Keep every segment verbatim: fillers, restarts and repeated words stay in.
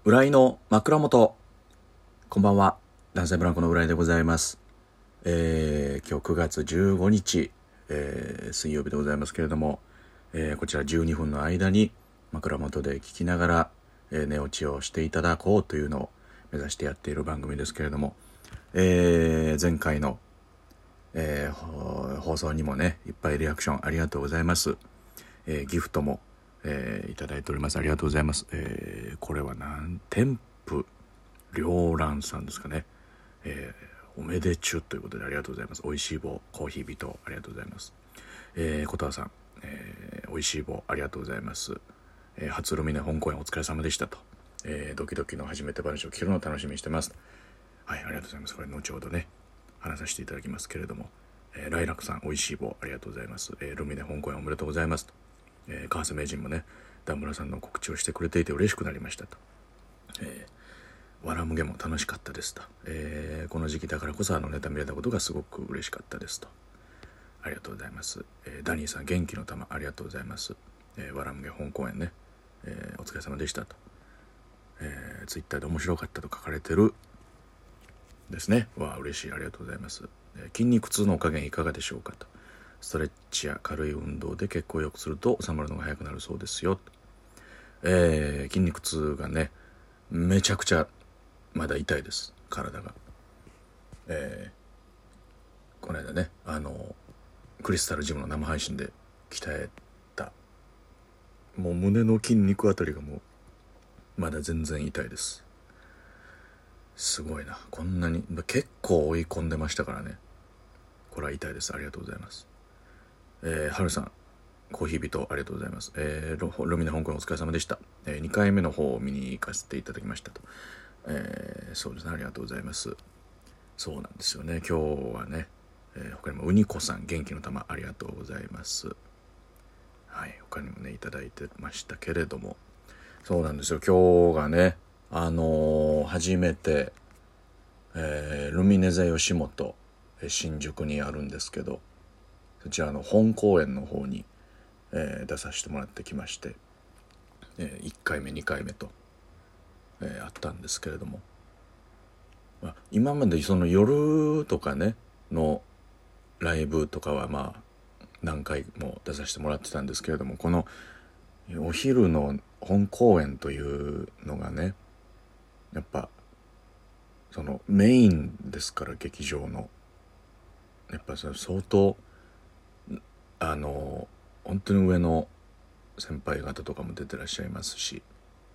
浦井の枕元。こんばんは、男性ブランコの浦井でございます。えー、今日くがつじゅうごにち、えー、水曜日でございますけれども、えー、こちらじゅうにふんの間に枕元で聞きながら、えー、寝落ちをしていただこうというのを目指してやっている番組ですけれども、えー、前回の、えー、放送にもねいっぱいリアクションありがとうございます。えー、ギフトも、えー、いただいております。ありがとうございます。えー、これはなん天賦良蘭さんですかね。えー、おめでちゅということでありがとうございます。おいしい棒コーヒー人ありがとうございます。えー、琴葉さん、えー、おいしい棒ありがとうございます。えー、初ルミネ本公演お疲れ様でしたと、えー、ドキドキの初めて話を聞けるのを楽しみにしてます。はい、ありがとうございます。これ後ほどね話させていただきますけれども、えー、ライラクさんおいしい棒ありがとうございます。えー、ルミネ本公演おめでとうございますと、えー、川瀬名人もね段村さんの告知をしてくれていて嬉しくなりましたと、えーわらむげも楽しかったですと、えー、この時期だからこそあのネタ見れたことがすごく嬉しかったですと、ありがとうございます。えー、ダニーさん元気の玉ありがとうございます。えー、わらむげ本公演ね、えー、お疲れ様でしたと、えー、ツイッターで面白かったと書かれてるですね。わあ嬉しい、ありがとうございます。えー、筋肉痛のお加減いかがでしょうかと、ストレッチや軽い運動で血行を良くすると収まるのが早くなるそうですよと、えー、筋肉痛がねめちゃくちゃまだ痛いです体が。えー、この間ねあのクリスタルジムの生配信で鍛えたもう胸の筋肉あたりがもうまだ全然痛いです。すごいな、こんなに結構追い込んでましたからね。これは痛いです。ありがとうございます。えー、はるさんコーヒー人ありがとうございます。えー、ロルミネ香港お疲れ様でした。えー、にかいめの方を見に行かせていただきましたと、えー、そうですね、ありがとうございます。そうなんですよね今日はね、えー、他にもうにこさん元気の玉ありがとうございます。はい、他にもねいただいてましたけれども、そうなんですよ今日がねあのー、初めて、えー、ルミネ座吉本、えー、新宿にあるんですけど、そちらの本公演の方に、えー、出させてもらってきまして、えー、いっかいめにかいめと、えー、あったんですけれども、まあ、今までその夜とかねのライブとかはまあ何回も出させてもらってたんですけれども、このお昼の本公演というのがねやっぱそのメインですから、劇場のやっぱそれ相当あの本当に上の先輩方とかも出てらっしゃいますし、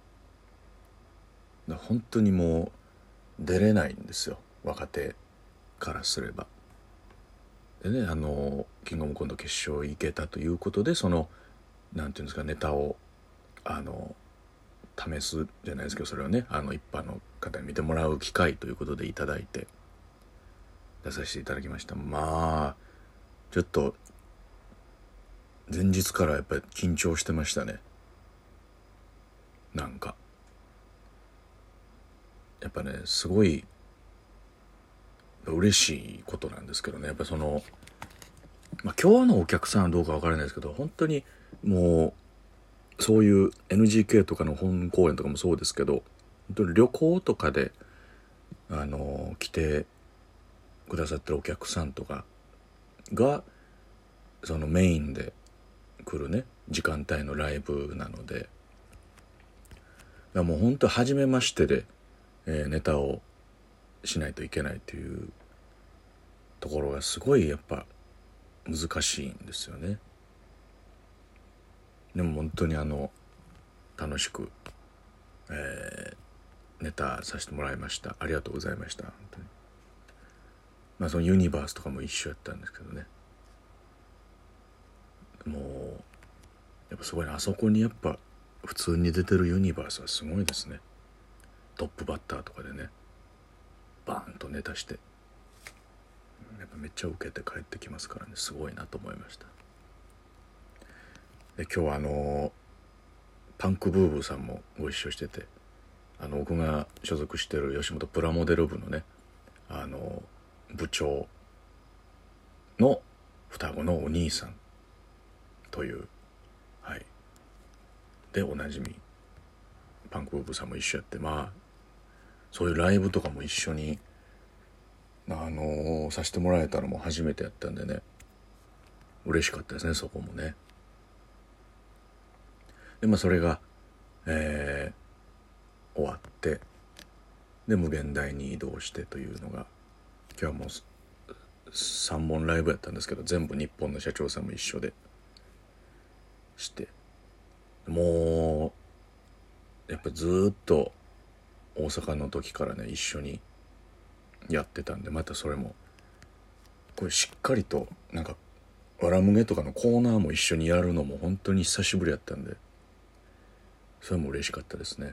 本当にもう出れないんですよ若手からすれば。でねあのキングオブコント決勝行けたということで、そのなんていうんですかネタをあの試すじゃないですけど、それをねあの一般の方に見てもらう機会ということでいただいて出させていただきました。まあちょっと前日からやっぱり緊張してましたね。なんかやっぱねすごい嬉しいことなんですけどね、やっぱその、まあ、今日のお客さんはどうかわからないですけど、本当にもうそういう エヌジーケー とかの本公演とかもそうですけど、本当に旅行とかであの来てくださってるお客さんとかがそのメインで来るね時間帯のライブなので、もう本当初めましてで、えーネタをしないといけないというところがすごいやっぱ難しいんですよね。でも本当にあの楽しく、えーネタさせてもらいました。ありがとうございました本当に。まあそのユニバースとかも一緒やったんですけどね、もうやっぱすごいな、あそこにやっぱ普通に出てるユニバースはすごいですね。トップバッターとかでねバーンとネタしてやっぱめっちゃ受けて帰ってきますからね、すごいなと思いました。で今日はあのパンクブーブーさんもご一緒してて、あの僕が所属してる吉本プラモデル部のねあの部長の双子のお兄さんという、はい、でおなじみパンクブーブーさんも一緒やって、まあそういうライブとかも一緒にあのー、させてもらえたのも初めてやったんでね、嬉しかったですね、そこもね。でまあそれが、えー、終わってで無限大に移動してというのが、今日はもうさんぼんライブやったんですけど、全部日本の社長さんも一緒でして、もうやっぱずっと大阪の時からね一緒にやってたんで、またそれもこれしっかりとなんかわらむげとかのコーナーも一緒にやるのも本当に久しぶりやったんで、それも嬉しかったですね。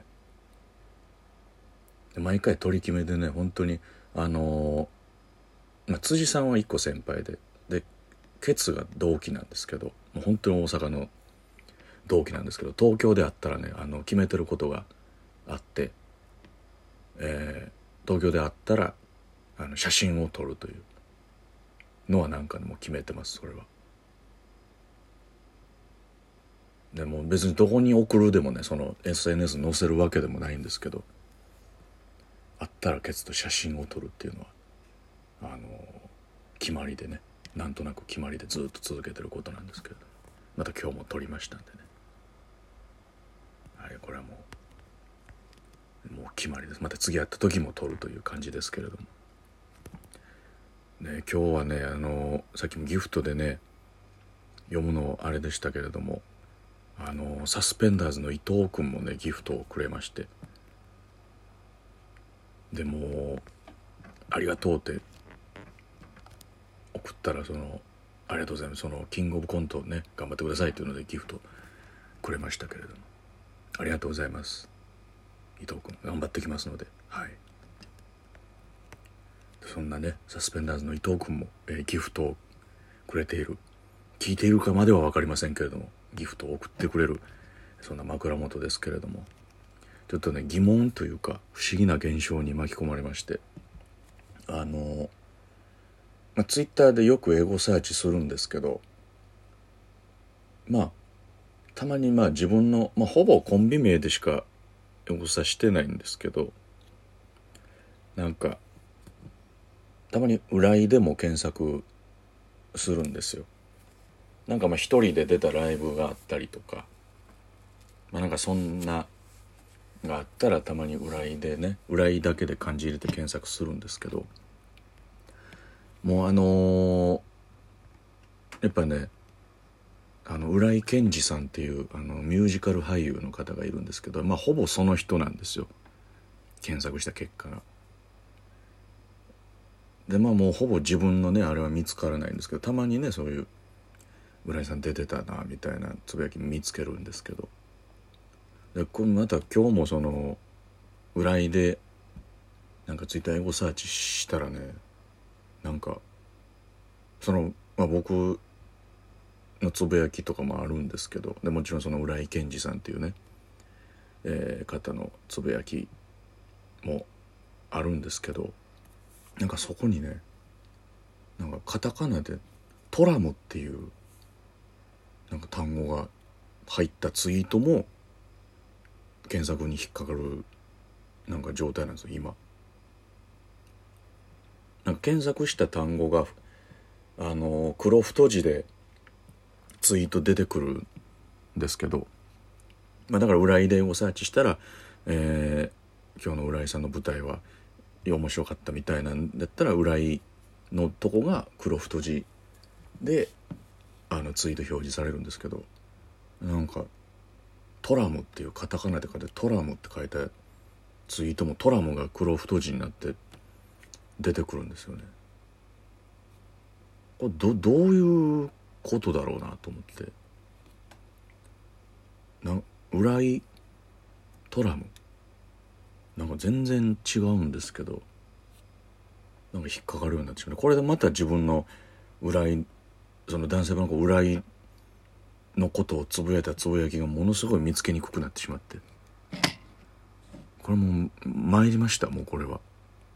で毎回取り決めでね、本当にあのーまあ、辻さんはいっこ先輩ででケツが同期なんですけど、もう本当に大阪の同期なんですけど、東京であったらねあの決めてることがあって、えー、東京であったらあの写真を撮るというのはなんかでも決めてます。それはでも別にどこに送るでもね、その エスエヌエス に載せるわけでもないんですけど、あったらケツと写真を撮るっていうのはあの決まりでね、なんとなく決まりでずっと続けてることなんですけれど、また今日も撮りましたんでね、はい、これはもうもう決まりです。また次会った時も撮るという感じですけれどもね。今日はねあのさっきもギフトでね読むのあれでしたけれども、あのサスペンダーズの伊藤君もねギフトをくれまして、でもありがとうって送ったら、そのありがとうございます、そのキングオブコントをね頑張ってくださいというのでギフトくれましたけれども、ありがとうございます。伊藤君頑張ってきますので、はい。そんなねサスペンダーズの伊藤君も、えー、ギフトをくれている、聞いているかまでは分かりませんけれどもギフトを送ってくれる、そんな枕元ですけれども、ちょっとね疑問というか不思議な現象に巻き込まれまして、あの、まあ、ツイッターでよくエゴサーチするんですけど、まあたまにまあ自分の、まあ、ほぼコンビ名でしかエゴサしてないんですけど、なんかたまに浦井でも検索するんですよ。なんかまあ一人で出たライブがあったりとか、まあなんかそんながあったらたまに浦井でね、浦井だけで漢字入れて検索するんですけど、もうあのー、やっぱねあの浦井健二さんっていうあのミュージカル俳優の方がいるんですけど、まあほぼその人なんですよ、検索した結果が。でまあもうほぼ自分のねあれは見つからないんですけど、たまにねそういう浦井さん出てたなみたいなつぶやき見つけるんですけど、でこれまた今日もその浦井でなんかツイッターエゴサーチしたらね、なんかその、まあ、僕のつぶやきとかもあるんですけど、でもちろんその浦井健二さんっていうね、えー、方のつぶやきもあるんですけど、なんかそこにねなんかカタカナでトラムっていうなんか単語が入ったツイートも検索に引っかかるなんか状態なんですよ今。なんか検索した単語があの黒太字でツイート出てくるんですけど、まあ、だから浦井でをサーチしたら、えー、今日の浦井さんの舞台は面白かったみたいなんだったら浦井のとこが黒太字であのツイート表示されるんですけど、なんかトラムっていうカタカナで書いてトラムって書いたツイートもトラムが黒太字になって出てくるんですよね。これ ど, どういうことだろうなと思って、な浦井トラムなんか全然違うんですけど、なんか引っかかるようになってしまう。これでまた自分の浦井その男性の浦井のことをつぶやいたつぶやきがものすごい見つけにくくなってしまって、これもう参りました。もうこれは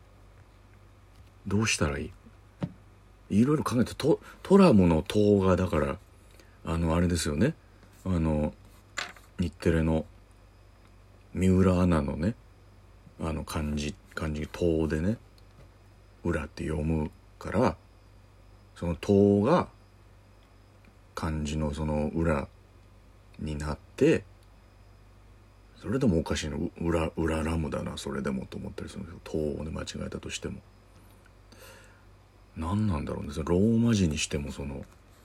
どうしたらいい、いろいろ考えて、ト, トラムの塔がだからあのあれですよね、あの日テレの三浦アナのねあの漢字漢字塔でね裏って読むから、その塔が漢字のその裏になって、それでもおかしいの、裏裏ラムだなそれでもと思ったりするんですけど、塔をね間違えたとしても何なんだろうね、そのローマ字にしてもその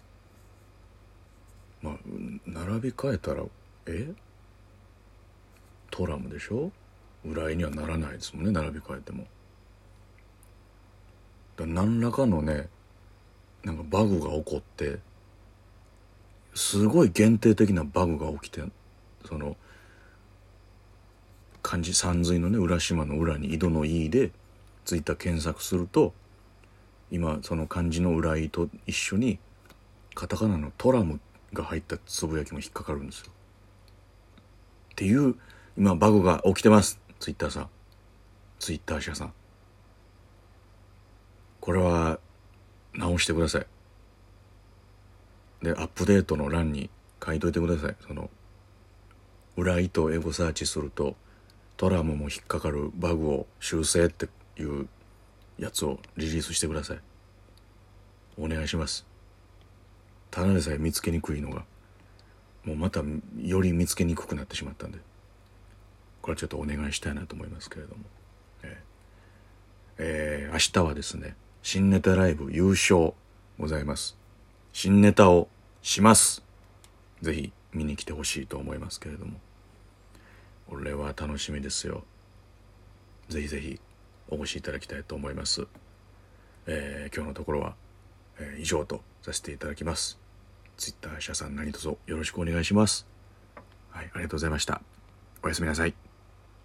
まあ並び替えたらえトラムでしょ、裏絵にはならないですもんね、並び替えても。だ何らかのねなんかバグが起こって、すごい限定的なバグが起きて、その漢字山水のね浦島の裏に井戸の井でツイッター検索すると、今その漢字の裏井と一緒にカタカナのトラムが入ったつぶやきも引っかかるんですよっていう今バグが起きてます。ツイッターさん、ツイッター社さん、これは直してください。でアップデートの欄に書いといてください。その裏糸をエゴサーチするとトラムも引っかかるバグを修正っていうやつをリリースしてください。お願いします。ただでさえ見つけにくいのがもうまたより見つけにくくなってしまったんで、これはちょっとお願いしたいなと思いますけれども、えーえー、明日はですね新ネタライブ優勝ございます。新ネタをします。ぜひ見に来てほしいと思いますけれども、これは楽しみですよ。ぜひぜひお越しいただきたいと思います。えー、今日のところは、えー、以上とさせていただきます。ツイッター社さん何卒よろしくお願いします。はい、ありがとうございました。おやすみなさい。